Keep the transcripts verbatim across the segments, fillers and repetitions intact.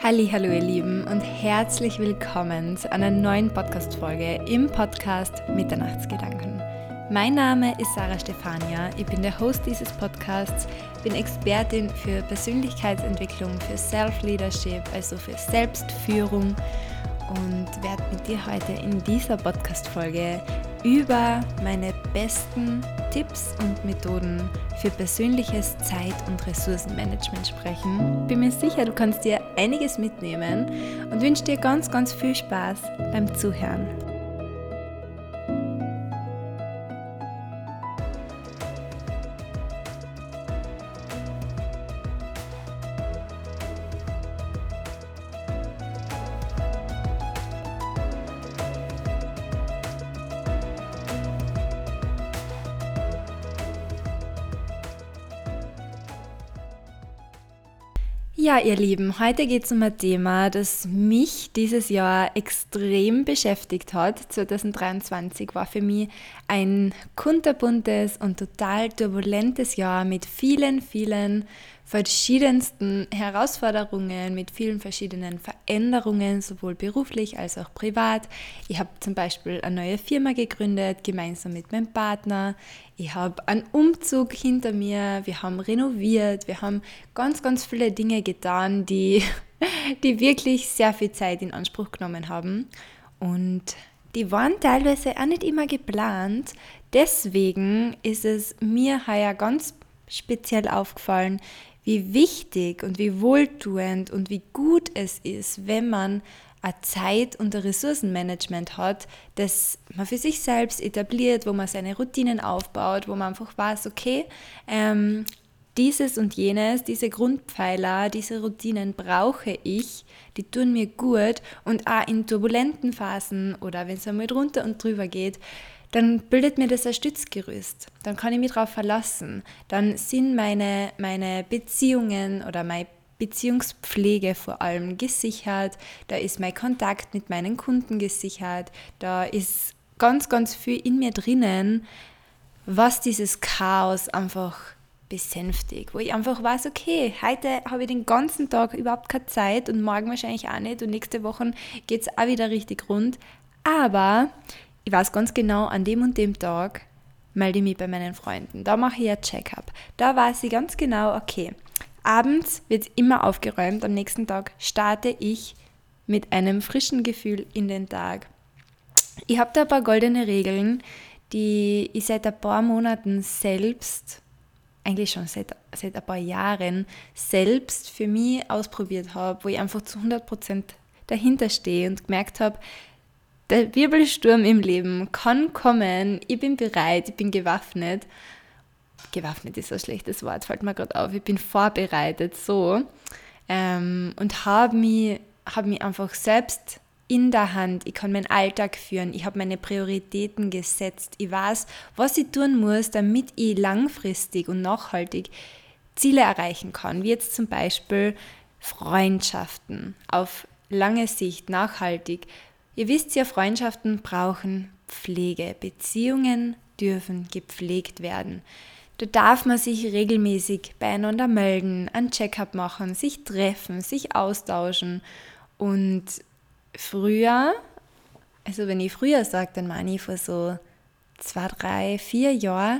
Hallihallo ihr Lieben und herzlich willkommen zu einer neuen Podcast-Folge im Podcast Mitternachtsgedanken. Mein Name ist Sarah Stefania, ich bin der Host dieses Podcasts, bin Expertin für Persönlichkeitsentwicklung, für Self-Leadership, also für Selbstführung und werde mit dir heute in dieser Podcast-Folge über meine besten Tipps und Methoden für persönliches Zeit- und Ressourcenmanagement sprechen. Bin mir sicher, du kannst dir einiges mitnehmen und wünsche dir ganz, ganz viel Spaß beim Zuhören. Ja, ihr Lieben, heute geht es um ein Thema, das mich dieses Jahr extrem beschäftigt hat. zwanzig dreiundzwanzig war für mich ein kunterbuntes und total turbulentes Jahr mit vielen, vielen verschiedensten Herausforderungen, mit vielen verschiedenen Veränderungen, sowohl beruflich als auch privat. Ich habe zum Beispiel eine neue Firma gegründet, gemeinsam mit meinem Partner. Ich habe einen Umzug hinter mir, wir haben renoviert, wir haben ganz, ganz viele Dinge getan, die, die wirklich sehr viel Zeit in Anspruch genommen haben. Und die waren teilweise auch nicht immer geplant. Deswegen ist es mir heuer ganz speziell aufgefallen, wie wichtig und wie wohltuend und wie gut es ist, wenn man ein Zeit- und ein Ressourcenmanagement hat, das man für sich selbst etabliert, wo man seine Routinen aufbaut, wo man einfach weiß, okay, ähm, dieses und jenes, diese Grundpfeiler, diese Routinen brauche ich, die tun mir gut und auch in turbulenten Phasen oder wenn es einmal drunter und drüber geht, dann bildet mir das ein Stützgerüst. Dann kann ich mich darauf verlassen. Dann sind meine, meine Beziehungen oder meine Beziehungspflege vor allem gesichert. Da ist mein Kontakt mit meinen Kunden gesichert. Da ist ganz, ganz viel in mir drinnen, was dieses Chaos einfach besänftigt. Wo ich einfach weiß, okay, heute habe ich den ganzen Tag überhaupt keine Zeit und morgen wahrscheinlich auch nicht und nächste Woche geht es auch wieder richtig rund. Aber ich weiß ganz genau, an dem und dem Tag melde ich mich bei meinen Freunden. Da mache ich ein Check-up. Da weiß ich ganz genau, okay, abends wird immer aufgeräumt, am nächsten Tag starte ich mit einem frischen Gefühl in den Tag. Ich habe da ein paar goldene Regeln, die ich seit ein paar Monaten selbst, eigentlich schon seit, seit ein paar Jahren, selbst für mich ausprobiert habe, wo ich einfach zu hundert Prozent dahinter stehe und gemerkt habe, der Wirbelsturm im Leben kann kommen, ich bin bereit, ich bin gewaffnet. Gewaffnet ist ein schlechtes Wort, fällt mir gerade auf. Ich bin vorbereitet, so. Ähm, und habe mich, hab mich einfach selbst in der Hand. Ich kann meinen Alltag führen. Ich habe meine Prioritäten gesetzt. Ich weiß, was ich tun muss, damit ich langfristig und nachhaltig Ziele erreichen kann. Wie jetzt zum Beispiel Freundschaften auf lange Sicht, nachhaltig. Ihr wisst ja, Freundschaften brauchen Pflege. Beziehungen dürfen gepflegt werden. Da darf man sich regelmäßig beieinander melden, einen Check-up machen, sich treffen, sich austauschen. Und früher, also wenn ich früher sage, dann meine ich vor so zwei, drei, vier Jahren,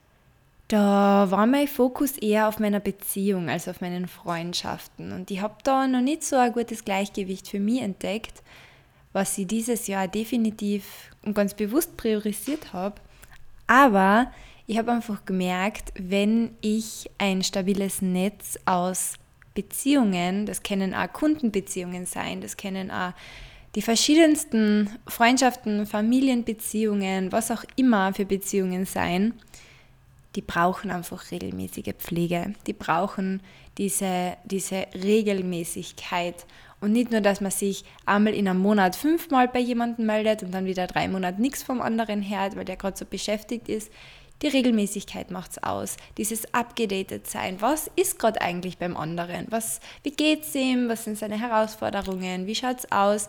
da war mein Fokus eher auf meiner Beziehung als auf meinen Freundschaften. Und ich habe da noch nicht so ein gutes Gleichgewicht für mich entdeckt, was ich dieses Jahr definitiv und ganz bewusst priorisiert habe. Aber ich habe einfach gemerkt, wenn ich ein stabiles Netz aus Beziehungen, das können auch Kundenbeziehungen sein, das können auch die verschiedensten Freundschaften, Familienbeziehungen, was auch immer für Beziehungen sein, die brauchen einfach regelmäßige Pflege. Die brauchen diese, diese Regelmäßigkeit. Und nicht nur, dass man sich einmal in einem Monat fünfmal bei jemandem meldet und dann wieder drei Monate nichts vom anderen hört, weil der gerade so beschäftigt ist. Die Regelmäßigkeit macht es aus. Dieses abgedatet sein. Was ist gerade eigentlich beim anderen? Was, wie geht es ihm? Was sind seine Herausforderungen? Wie schaut es aus?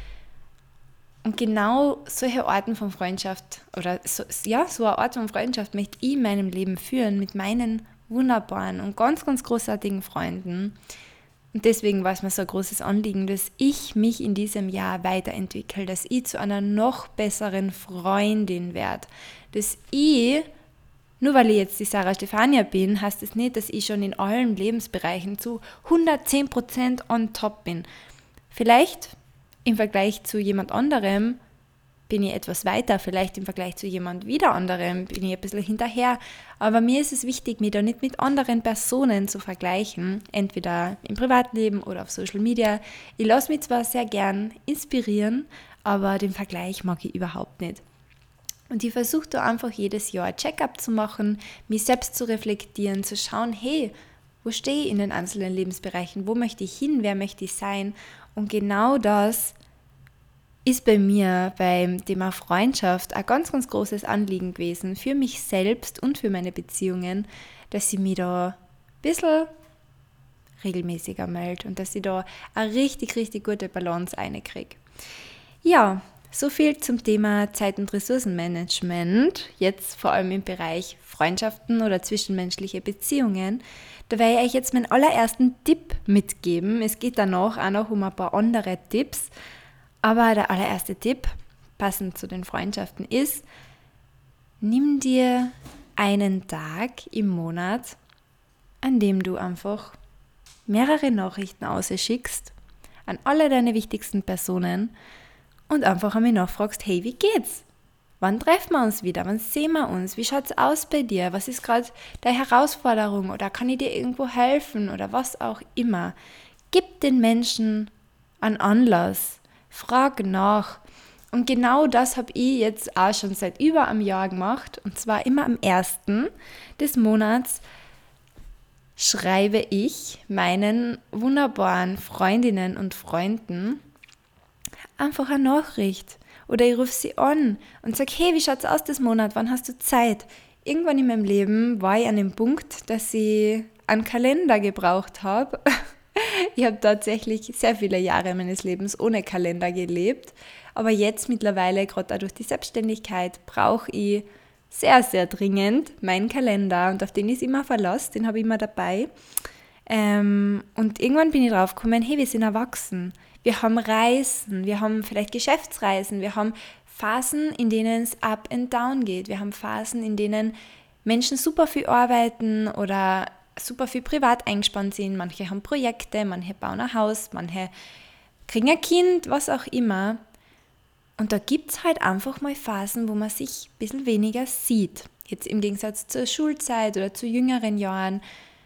Und genau solche Arten von Freundschaft oder so, ja, so eine Art von Freundschaft möchte ich in meinem Leben führen mit meinen wunderbaren und ganz, ganz großartigen Freunden. Und deswegen war es mir so ein großes Anliegen, dass ich mich in diesem Jahr weiterentwickle, dass ich zu einer noch besseren Freundin werde, dass ich, nur weil ich jetzt die Sarah Stefania bin, heißt es nicht, dass ich schon in allen Lebensbereichen zu hundertzehn Prozent on top bin. Vielleicht im Vergleich zu jemand anderem bin ich etwas weiter, vielleicht im Vergleich zu jemand wieder anderem bin ich ein bisschen hinterher. Aber mir ist es wichtig, mich da nicht mit anderen Personen zu vergleichen, entweder im Privatleben oder auf Social Media. Ich lasse mich zwar sehr gern inspirieren, aber den Vergleich mag ich überhaupt nicht. Und ich versuche da einfach jedes Jahr ein Check-up zu machen, mich selbst zu reflektieren, zu schauen, hey, wo stehe ich in den einzelnen Lebensbereichen, wo möchte ich hin, wer möchte ich sein? Und genau das ist bei mir beim Thema Freundschaft ein ganz, ganz großes Anliegen gewesen, für mich selbst und für meine Beziehungen, dass ich mich da ein bisschen regelmäßiger melde und dass ich da eine richtig, richtig gute Balance reinkriege. Ja, so viel zum Thema Zeit- und Ressourcenmanagement, jetzt vor allem im Bereich Freundschaften oder zwischenmenschliche Beziehungen. Da werde ich euch jetzt meinen allerersten Tipp mitgeben. Es geht danach auch noch um ein paar andere Tipps. Aber der allererste Tipp, passend zu den Freundschaften, ist, nimm dir einen Tag im Monat, an dem du einfach mehrere Nachrichten ausschickst an alle deine wichtigsten Personen und einfach einmal nachfragst, hey, wie geht's? Wann treffen wir uns wieder? Wann sehen wir uns? Wie schaut's aus bei dir? Was ist gerade deine Herausforderung? Oder kann ich dir irgendwo helfen? Oder was auch immer. Gib den Menschen einen Anlass. Frag nach. Und genau das habe ich jetzt auch schon seit über einem Jahr gemacht. Und zwar immer am ersten des Monats schreibe ich meinen wunderbaren Freundinnen und Freunden einfach eine Nachricht. Oder ich rufe sie an und sage, hey, wie schaut's aus das Monat? Wann hast du Zeit? Irgendwann in meinem Leben war ich an dem Punkt, dass ich einen Kalender gebraucht habe. Ich habe tatsächlich sehr viele Jahre meines Lebens ohne Kalender gelebt, aber jetzt mittlerweile, gerade auch durch die Selbstständigkeit, brauche ich sehr, sehr dringend meinen Kalender und auf den ist immer Verlass, den habe ich immer dabei. Ähm, und irgendwann bin ich drauf gekommen, hey, wir sind erwachsen, wir haben Reisen, wir haben vielleicht Geschäftsreisen, wir haben Phasen, in denen es up and down geht, wir haben Phasen, in denen Menschen super viel arbeiten oder super viel privat eingespannt sind, manche haben Projekte, manche bauen ein Haus, manche kriegen ein Kind, was auch immer. Und da gibt es halt einfach mal Phasen, wo man sich ein bisschen weniger sieht. Jetzt im Gegensatz zur Schulzeit oder zu jüngeren Jahren.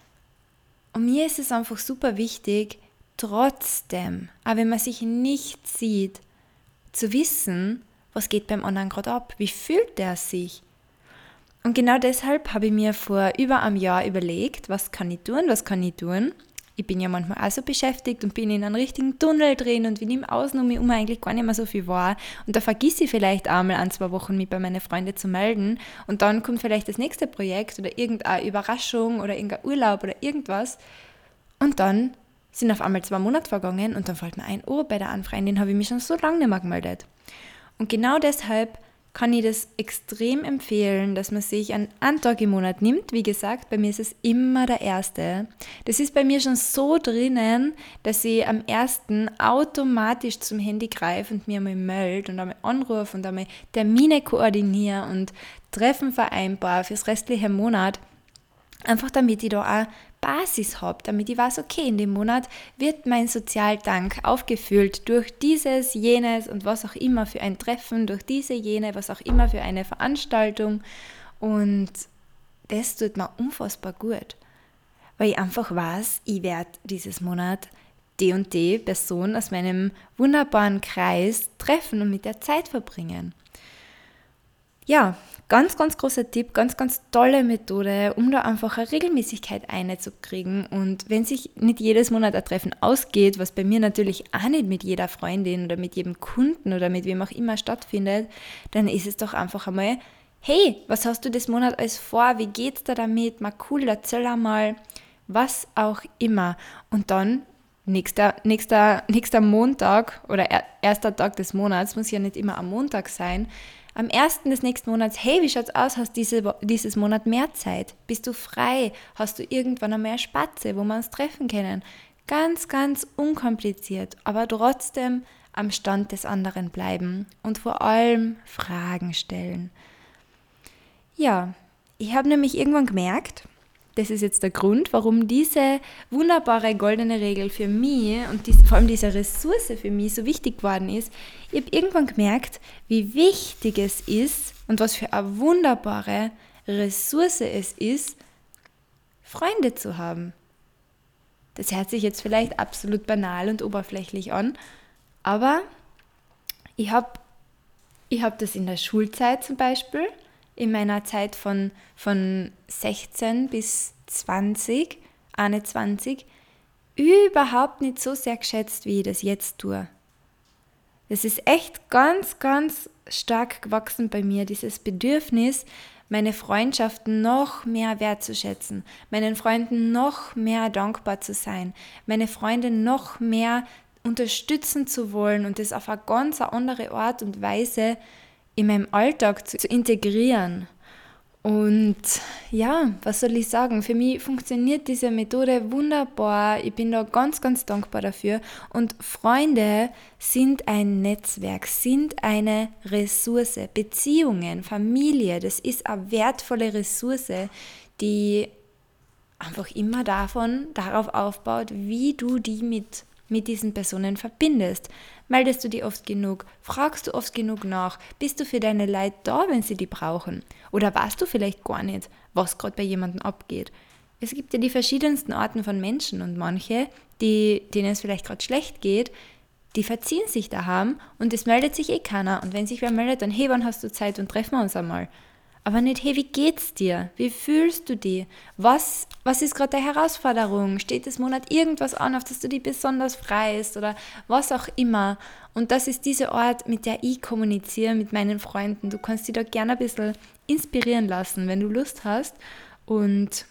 Und mir ist es einfach super wichtig, trotzdem, auch wenn man sich nicht sieht, zu wissen, was geht beim anderen gerade ab, wie fühlt der sich. Und genau deshalb habe ich mir vor über einem Jahr überlegt, was kann ich tun, was kann ich tun. Ich bin ja manchmal auch so beschäftigt und bin in einem richtigen Tunnel drin und wie im Außen um mich herum eigentlich gar nicht mehr so viel wahr. Und da vergesse ich vielleicht einmal ein, zwei Wochen mich bei meinen Freunden zu melden und dann kommt vielleicht das nächste Projekt oder irgendeine Überraschung oder irgendein Urlaub oder irgendwas und dann sind auf einmal zwei Monate vergangen und dann fällt mir ein, oh, bei der einen Freundin habe ich mich schon so lange nicht mehr gemeldet. Und genau deshalb kann ich das extrem empfehlen, dass man sich einen, einen Tag im Monat nimmt. Wie gesagt, bei mir ist es immer der erste. Das ist bei mir schon so drinnen, dass ich am ersten automatisch zum Handy greife und mir einmal melde und einmal anrufe und einmal Termine koordiniere und Treffen vereinbare fürs restliche Monat. Einfach damit ich da auch Basis habe, damit ich weiß, okay, in dem Monat wird mein Sozialtank aufgefüllt durch dieses, jenes und was auch immer für ein Treffen, durch diese, jene, was auch immer für eine Veranstaltung und das tut mir unfassbar gut, weil ich einfach weiß, ich werde dieses Monat die und die Person aus meinem wunderbaren Kreis treffen und mit der Zeit verbringen. Ja, ganz, ganz großer Tipp, ganz, ganz tolle Methode, um da einfach eine Regelmäßigkeit einzukriegen. Und wenn sich nicht jedes Monat ein Treffen ausgeht, was bei mir natürlich auch nicht mit jeder Freundin oder mit jedem Kunden oder mit wem auch immer stattfindet, dann ist es doch einfach einmal, hey, was hast du das Monat alles vor? Wie geht's dir damit? Mal cool, erzähl einmal, was auch immer. Und dann nächster, nächster, nächster Montag oder erster Tag des Monats, muss ja nicht immer am Montag sein, am ersten des nächsten Monats, hey, wie schaut's aus? Hast du diese, dieses Monat mehr Zeit? Bist du frei? Hast du irgendwann einmal eine Spatze, wo wir uns treffen können? Ganz, ganz unkompliziert, aber trotzdem am Stand des anderen bleiben und vor allem Fragen stellen. Ja, ich habe nämlich irgendwann gemerkt, das ist jetzt der Grund, warum diese wunderbare goldene Regel für mich und diese, vor allem diese Ressource für mich so wichtig geworden ist. Ich habe irgendwann gemerkt, wie wichtig es ist und was für eine wunderbare Ressource es ist, Freunde zu haben. Das hört sich jetzt vielleicht absolut banal und oberflächlich an, aber ich habe ich hab das in der Schulzeit zum Beispiel, in meiner Zeit von, von sechzehn bis zwanzig, einundzwanzig, überhaupt nicht so sehr geschätzt, wie ich das jetzt tue. Das ist echt ganz, ganz stark gewachsen bei mir, dieses Bedürfnis, meine Freundschaften noch mehr wertzuschätzen, meinen Freunden noch mehr dankbar zu sein, meine Freunde noch mehr unterstützen zu wollen und das auf eine ganz andere Art und Weise in meinem Alltag zu, zu integrieren. Und ja, was soll ich sagen? Für mich funktioniert diese Methode wunderbar. Ich bin da ganz, ganz dankbar dafür. Und Freunde sind ein Netzwerk, sind eine Ressource. Beziehungen, Familie, das ist eine wertvolle Ressource, die einfach immer davon, darauf aufbaut, wie du die mit mit diesen Personen verbindest. Meldest du die oft genug? Fragst du oft genug nach? Bist du für deine Leute da, wenn sie die brauchen? Oder weißt du vielleicht gar nicht, was gerade bei jemandem abgeht? Es gibt ja die verschiedensten Arten von Menschen und manche, die, denen es vielleicht gerade schlecht geht, die verziehen sich daheim und es meldet sich eh keiner. Und wenn sich wer meldet, dann hey, wann hast du Zeit und treffen wir uns einmal? Aber nicht, hey, wie geht's dir? Wie fühlst du dich? Was, was ist gerade deine Herausforderung? Steht das Monat irgendwas an, auf das du dich besonders freust oder was auch immer? Und das ist diese Art, mit der ich kommuniziere mit meinen Freunden. Du kannst dich da gerne ein bisschen inspirieren lassen, wenn du Lust hast. Und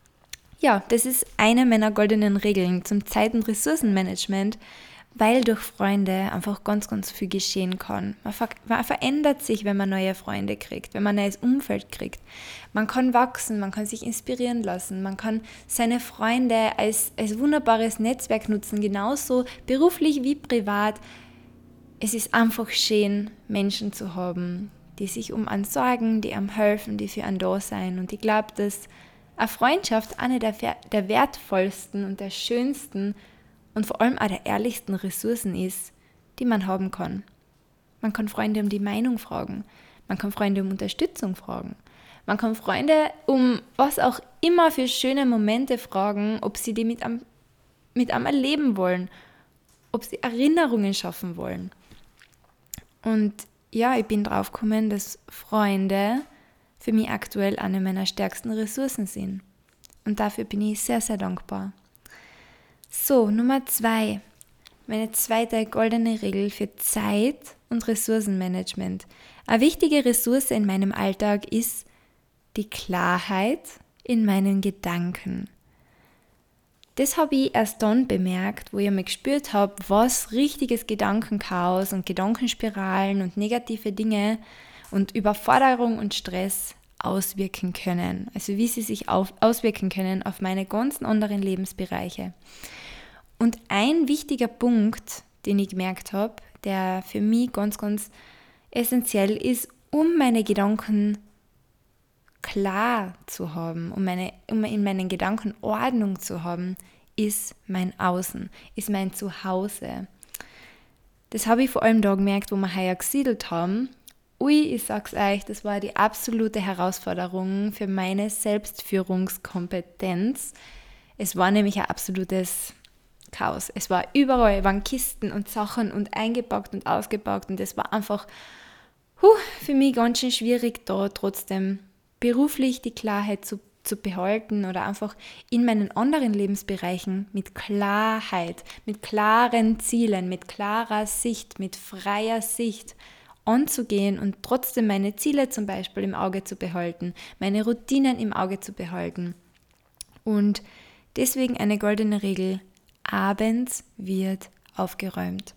ja, das ist eine meiner goldenen Regeln zum Zeit- und Ressourcenmanagement, weil durch Freunde einfach ganz, ganz viel geschehen kann. Man, ver- man verändert sich, wenn man neue Freunde kriegt, wenn man ein neues Umfeld kriegt. Man kann wachsen, man kann sich inspirieren lassen, man kann seine Freunde als, als wunderbares Netzwerk nutzen, genauso beruflich wie privat. Es ist einfach schön, Menschen zu haben, die sich um einen sorgen, die einem helfen, die für einen da sein. Und ich glaube, dass eine Freundschaft eine der, der wertvollsten und der schönsten und vor allem auch der ehrlichsten Ressourcen ist, die man haben kann. Man kann Freunde um die Meinung fragen. Man kann Freunde um Unterstützung fragen. Man kann Freunde um was auch immer für schöne Momente fragen, ob sie die mit einem, mit einem erleben wollen, ob sie Erinnerungen schaffen wollen. Und ja, ich bin drauf gekommen, dass Freunde für mich aktuell eine meiner stärksten Ressourcen sind. Und dafür bin ich sehr, sehr dankbar. So, Nummer zwei, meine zweite goldene Regel für Zeit- und Ressourcenmanagement. Eine wichtige Ressource in meinem Alltag ist die Klarheit in meinen Gedanken. Das habe ich erst dann bemerkt, wo ich mal gespürt habe, was richtiges Gedankenchaos und Gedankenspiralen und negative Dinge und Überforderung und Stress auswirken können. Also wie sie sich auf, auswirken können auf meine ganzen anderen Lebensbereiche. Und ein wichtiger Punkt, den ich gemerkt habe, der für mich ganz, ganz essentiell ist, um meine Gedanken klar zu haben, um, meine, um in meinen Gedanken Ordnung zu haben, ist mein Außen, ist mein Zuhause. Das habe ich vor allem da gemerkt, wo wir heuer gesiedelt haben. Ui, ich sag's euch, das war die absolute Herausforderung für meine Selbstführungskompetenz. Es war nämlich ein absolutes Chaos. Es war überall, waren Kisten und Sachen und eingepackt und ausgepackt und es war einfach huh, für mich ganz schön schwierig, da trotzdem beruflich die Klarheit zu, zu behalten oder einfach in meinen anderen Lebensbereichen mit Klarheit, mit klaren Zielen, mit klarer Sicht, mit freier Sicht anzugehen und trotzdem meine Ziele zum Beispiel im Auge zu behalten, meine Routinen im Auge zu behalten. Und deswegen eine goldene Regel: Abends wird aufgeräumt.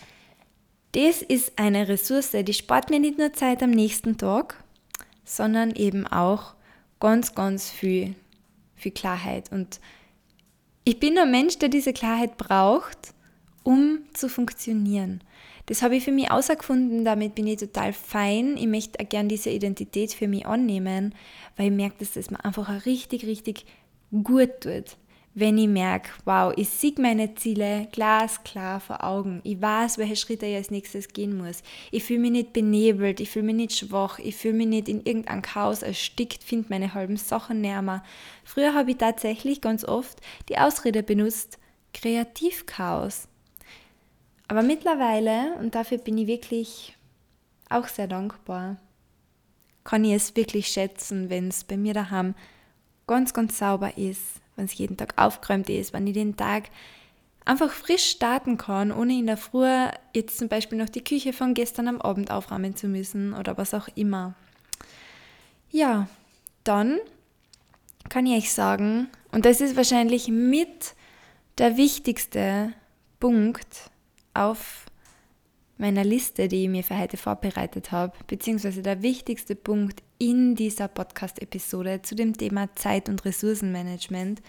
Das ist eine Ressource, die spart mir nicht nur Zeit am nächsten Tag, sondern eben auch ganz, ganz viel, viel Klarheit. Und Ich bin ein Mensch, der diese Klarheit braucht, um zu funktionieren. Das habe ich für mich herausgefunden, damit bin ich total fein. Ich möchte auch gerne diese Identität für mich annehmen, weil ich merke, dass das mir einfach auch richtig, richtig gut tut. Wenn ich merke, wow, ich sehe meine Ziele glasklar vor Augen. Ich weiß, welche Schritte ich als nächstes gehen muss. Ich fühle mich nicht benebelt, ich fühle mich nicht schwach, ich fühle mich nicht in irgendeinem Chaos erstickt, finde meine halben Sachen näher mehr. Früher habe ich tatsächlich ganz oft die Ausrede benutzt, Kreativchaos. Aber mittlerweile, und dafür bin ich wirklich auch sehr dankbar, kann ich es wirklich schätzen, wenn es bei mir daheim ganz, ganz sauber ist, wenn es jeden Tag aufgeräumt ist, wenn ich den Tag einfach frisch starten kann, ohne in der Früh jetzt zum Beispiel noch die Küche von gestern am Abend aufräumen zu müssen oder was auch immer. Ja, dann kann ich euch sagen, und das ist wahrscheinlich mit der wichtigste Punkt auf meiner Liste, die ich mir für heute vorbereitet habe, beziehungsweise der wichtigste Punkt in dieser Podcast-Episode zu dem Thema Zeit- und Ressourcenmanagement,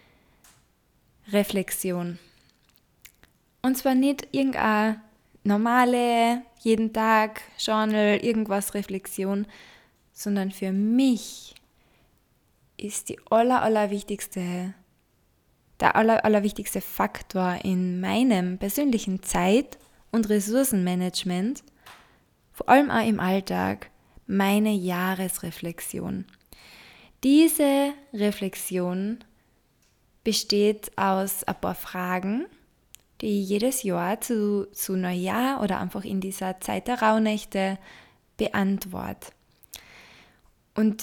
Reflexion. Und zwar nicht irgendeine normale, jeden Tag, Journal, irgendwas Reflexion, sondern für mich ist die aller, allerwichtigste, der aller, allerwichtigste Faktor in meinem persönlichen Zeit- und Ressourcenmanagement, vor allem auch im Alltag, meine Jahresreflexion. Diese Reflexion besteht aus ein paar Fragen, die ich jedes Jahr zu, zu Neujahr oder einfach in dieser Zeit der Rauhnächte beantworte. Und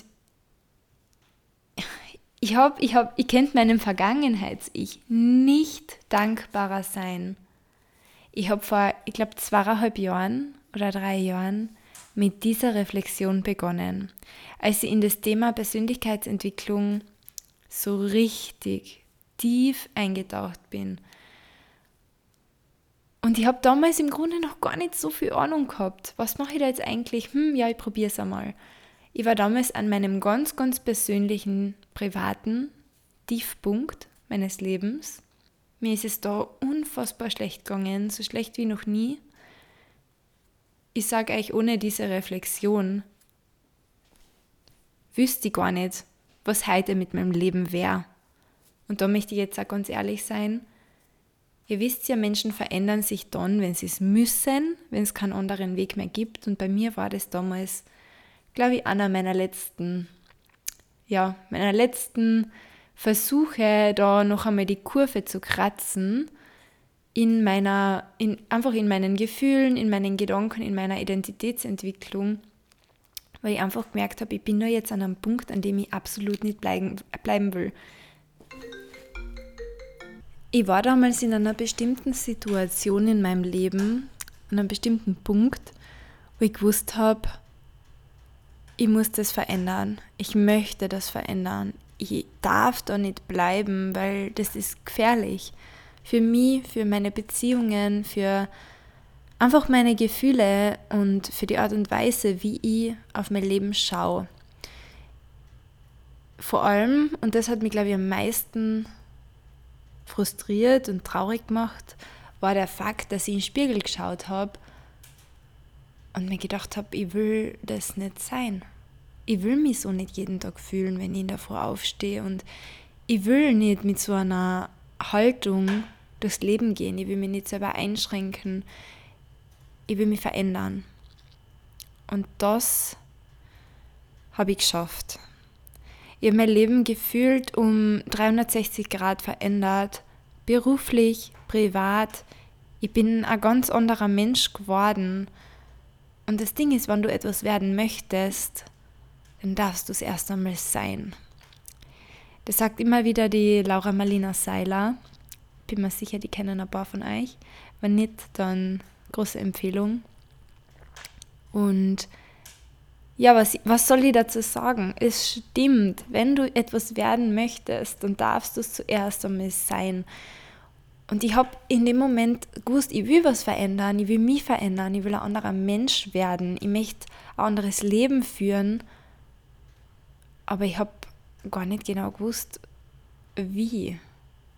ich habe, ich habe, ich könnte meinem Vergangenheits-Ich nicht dankbarer sein. Ich habe vor, ich glaube, zweieinhalb Jahren oder drei Jahren mit dieser Reflexion begonnen, als ich in das Thema Persönlichkeitsentwicklung so richtig tief eingetaucht bin. Und ich habe damals im Grunde noch gar nicht so viel Ahnung gehabt. Was mache ich da jetzt eigentlich? Hm, ja, ich probiere es einmal. Ich war damals an meinem ganz, ganz persönlichen, privaten Tiefpunkt meines Lebens. Mir ist es da unfassbar schlecht gegangen, so schlecht wie noch nie. Ich sage euch, ohne diese Reflexion wüsste ich gar nicht, was heute mit meinem Leben wäre. Und da möchte ich jetzt auch ganz ehrlich sein. Ihr wisst ja, Menschen verändern sich dann, wenn sie es müssen, wenn es keinen anderen Weg mehr gibt. Und bei mir war das damals, glaube ich, einer meiner letzten, ja, meiner letzten Versuche, da noch einmal die Kurve zu kratzen, in meiner, in, einfach in meinen Gefühlen, in meinen Gedanken, in meiner Identitätsentwicklung, weil ich einfach gemerkt habe, ich bin da jetzt an einem Punkt, an dem ich absolut nicht bleiben, bleiben will. Ich war damals in einer bestimmten Situation in meinem Leben, an einem bestimmten Punkt, wo ich gewusst habe, ich muss das verändern. Ich möchte das verändern. Ich darf da nicht bleiben, weil das ist gefährlich. Für mich, für meine Beziehungen, für einfach meine Gefühle und für die Art und Weise, wie ich auf mein Leben schaue. Vor allem, und das hat mich, glaube ich, am meisten frustriert und traurig gemacht, war der Fakt, dass ich in den Spiegel geschaut habe und mir gedacht habe, ich will das nicht sein. Ich will mich so nicht jeden Tag fühlen, wenn ich in der Früh aufstehe, und ich will nicht mit so einer Haltung durchs Leben gehen. Ich will mich nicht selber einschränken. Ich will mich verändern. Und das habe ich geschafft. Ich habe mein Leben gefühlt um dreihundertsechzig Grad verändert, beruflich, privat. Ich bin ein ganz anderer Mensch geworden. Und das Ding ist, wenn du etwas werden möchtest, dann darfst du es erst einmal sein. Das sagt immer wieder die Laura Marlina Seiler. Bin mir sicher, die kennen ein paar von euch. Wenn nicht, dann große Empfehlung. Und ja, was, was soll ich dazu sagen? Es stimmt, wenn du etwas werden möchtest, dann darfst du es zuerst einmal sein. Und ich habe in dem Moment gewusst, ich will was verändern, ich will mich verändern, ich will ein anderer Mensch werden, ich möchte ein anderes Leben führen, aber ich habe gar nicht genau gewusst, wie.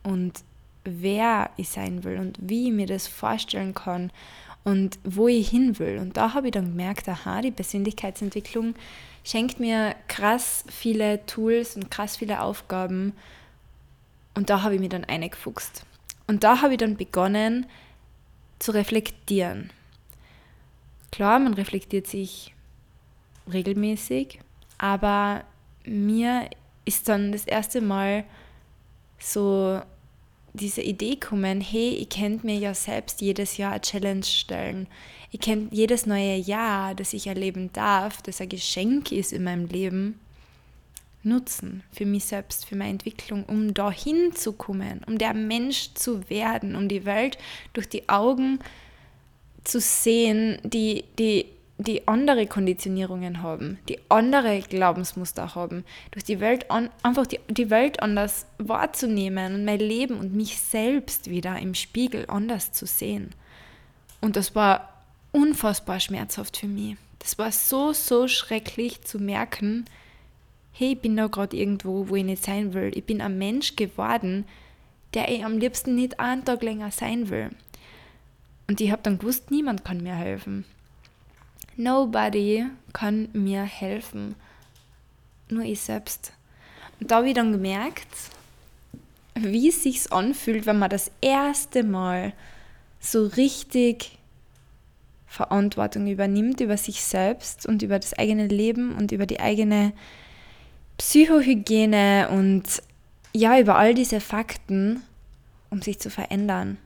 und wer ich sein will und wie ich mir das vorstellen kann und wo ich hin will. Und da habe ich dann gemerkt, aha, die Persönlichkeitsentwicklung schenkt mir krass viele Tools und krass viele Aufgaben. Und da habe ich mich dann eingefuchst. Und da habe ich dann begonnen zu reflektieren. Klar, man reflektiert sich regelmäßig, aber mir ist dann das erste Mal so diese Idee gekommen, hey, ich könnte mir ja selbst jedes Jahr eine Challenge stellen. Ich könnte jedes neue Jahr, das ich erleben darf, das ein Geschenk ist in meinem Leben, nutzen für mich selbst, für meine Entwicklung, um dahin zu kommen, um der Mensch zu werden, um die Welt durch die Augen zu sehen, die, die, die andere Konditionierungen haben, die andere Glaubensmuster haben, durch die Welt an, einfach die, die Welt anders wahrzunehmen und mein Leben und mich selbst wieder im Spiegel anders zu sehen. Und das war unfassbar schmerzhaft für mich. Das war so, so schrecklich zu merken, hey, ich bin da gerade irgendwo, wo ich nicht sein will. Ich bin ein Mensch geworden, der ich am liebsten nicht einen Tag länger sein will. Und ich habe dann gewusst, niemand kann mir helfen. Nobody kann mir helfen. Nur ich selbst. Und da habe ich dann gemerkt, wie es sich anfühlt, wenn man das erste Mal so richtig Verantwortung übernimmt über sich selbst und über das eigene Leben und über die eigene Psychohygiene und ja, über all diese Fakten, um sich zu verändern.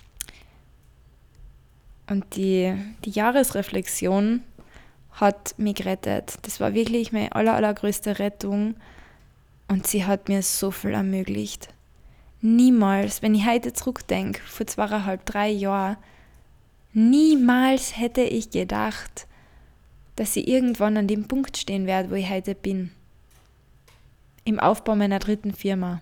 Und die, die Jahresreflexion hat mich gerettet. Das war wirklich meine aller, allergrößte Rettung und sie hat mir so viel ermöglicht. Niemals, wenn ich heute zurückdenke, vor zweieinhalb, drei Jahren, niemals hätte ich gedacht, dass ich irgendwann an dem Punkt stehen werde, wo ich heute bin. Im Aufbau meiner dritten Firma.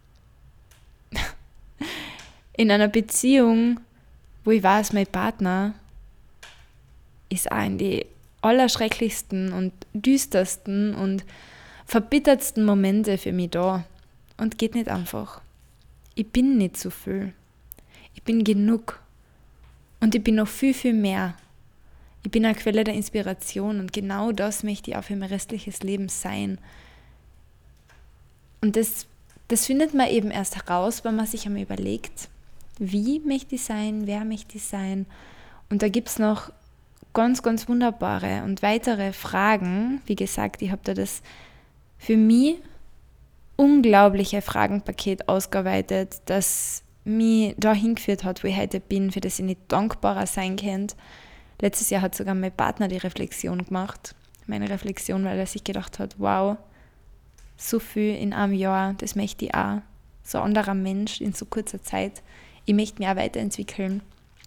In einer Beziehung, wo ich weiß, mein Partner ist auch in die allerschrecklichsten und düstersten und verbittertsten Momente für mich da und geht nicht einfach. Ich bin nicht so viel. Ich bin genug. Und ich bin noch viel, viel mehr. Ich bin eine Quelle der Inspiration und genau das möchte ich auch für mein restliches Leben sein. Und das, das findet man eben erst heraus, wenn man sich einmal überlegt, wie möchte ich sein, wer möchte ich sein. Und da gibt es noch ganz, ganz wunderbare und weitere Fragen. Wie gesagt, ich habe da das für mich unglaubliche Fragenpaket ausgearbeitet, das mich dahin geführt hat, wo ich heute bin, für das ich nicht dankbarer sein könnte. Letztes Jahr hat sogar mein Partner die Reflexion gemacht, meine Reflexion, weil er sich gedacht hat, wow, so viel in einem Jahr, das möchte ich auch. So ein anderer Mensch in so kurzer Zeit. Ich möchte mich auch weiterentwickeln.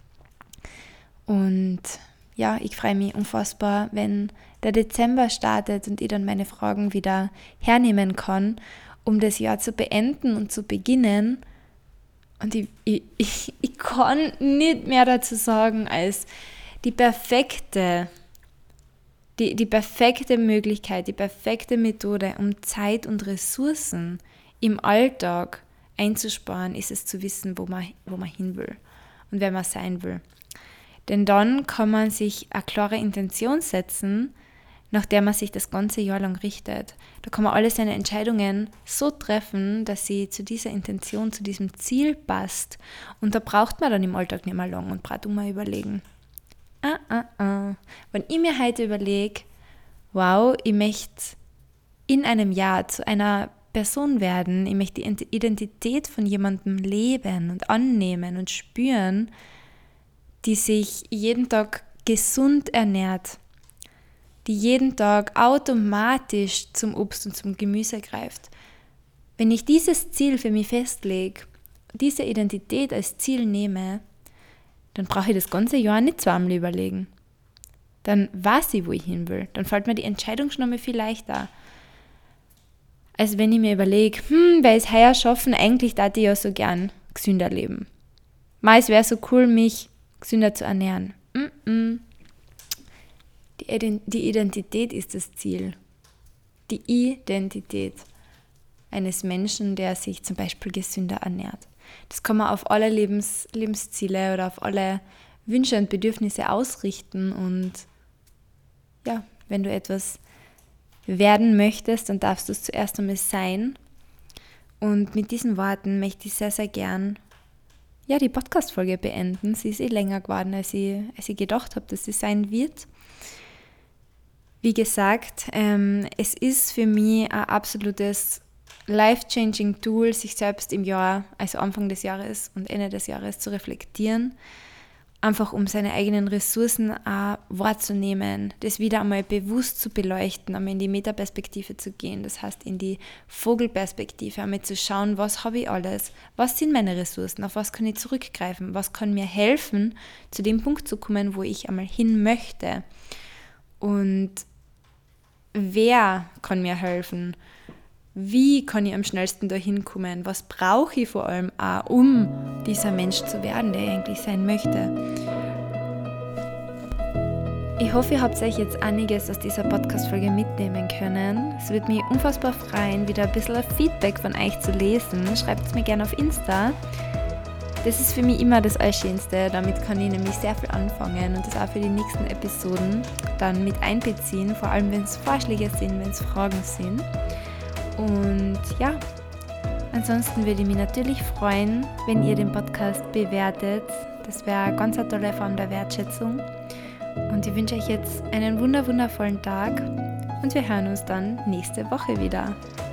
Und ja, ich freue mich unfassbar, wenn der Dezember startet und ich dann meine Fragen wieder hernehmen kann, um das Jahr zu beenden und zu beginnen. Und ich, ich, ich, ich kann nicht mehr dazu sagen, als die perfekte, die, die perfekte Möglichkeit, die perfekte Methode, um Zeit und Ressourcen im Alltag einzusparen, ist es zu wissen, wo man, wo man hin will und wer man sein will. Denn dann kann man sich eine klare Intention setzen, nach der man sich das ganze Jahr lang richtet. Da kann man alle seine Entscheidungen so treffen, dass sie zu dieser Intention, zu diesem Ziel passt. Und da braucht man dann im Alltag nicht mehr lang und braucht mal überlegen. Ah, ah, ah. Wenn ich mir heute überlege, wow, ich möchte in einem Jahr zu einer Person werden, ich möchte die Identität von jemandem leben und annehmen und spüren, die sich jeden Tag gesund ernährt, die jeden Tag automatisch zum Obst und zum Gemüse greift. Wenn ich dieses Ziel für mich festlege, diese Identität als Ziel nehme, dann brauche ich das ganze Jahr nicht zweimal überlegen. Dann weiß ich, wo ich hin will. Dann fällt mir die Entscheidung schon einmal viel leichter. Als wenn ich mir überlege, hm, weil es heuer schaffen, eigentlich darf ich ja so gern gesünder leben. Mal, es wäre so cool, mich gesünder zu ernähren. Mm-mm. Die Identität ist das Ziel. Die Identität eines Menschen, der sich zum Beispiel gesünder ernährt. das kann man auf alle Lebens, Lebensziele oder auf alle Wünsche und Bedürfnisse ausrichten. Und ja, wenn du etwas werden möchtest, dann darfst du es zuerst einmal sein. Und mit diesen Worten möchte ich sehr, sehr gern ja, die Podcast-Folge beenden. Sie ist eh länger geworden, als ich, als ich gedacht habe, dass sie sein wird. Wie gesagt, ähm, es ist für mich ein absolutes life-changing Tool, sich selbst im Jahr, also Anfang des Jahres und Ende des Jahres zu reflektieren. Einfach um seine eigenen Ressourcen auch wahrzunehmen, das wieder einmal bewusst zu beleuchten, einmal in die Metaperspektive zu gehen, das heißt in die Vogelperspektive, einmal zu schauen, was habe ich alles, was sind meine Ressourcen, auf was kann ich zurückgreifen, was kann mir helfen, zu dem Punkt zu kommen, wo ich einmal hin möchte. Und wer kann mir helfen? Wie kann ich am schnellsten dahin kommen? Was brauche ich vor allem auch, um dieser Mensch zu werden, der ich eigentlich sein möchte? Ich hoffe, ihr habt euch jetzt einiges aus dieser Podcast-Folge mitnehmen können. Es würde mich unfassbar freuen, wieder ein bisschen Feedback von euch zu lesen. Schreibt es mir gerne auf Insta. Das ist für mich immer das Allerschönste. Damit kann ich nämlich sehr viel anfangen und das auch für die nächsten Episoden dann mit einbeziehen, vor allem wenn es Vorschläge sind, wenn es Fragen sind. Und ja, ansonsten würde ich mich natürlich freuen, wenn ihr den Podcast bewertet. Das wäre eine ganz tolle Form der Wertschätzung. Und ich wünsche euch jetzt einen wunder wundervollen Tag und wir hören uns dann nächste Woche wieder.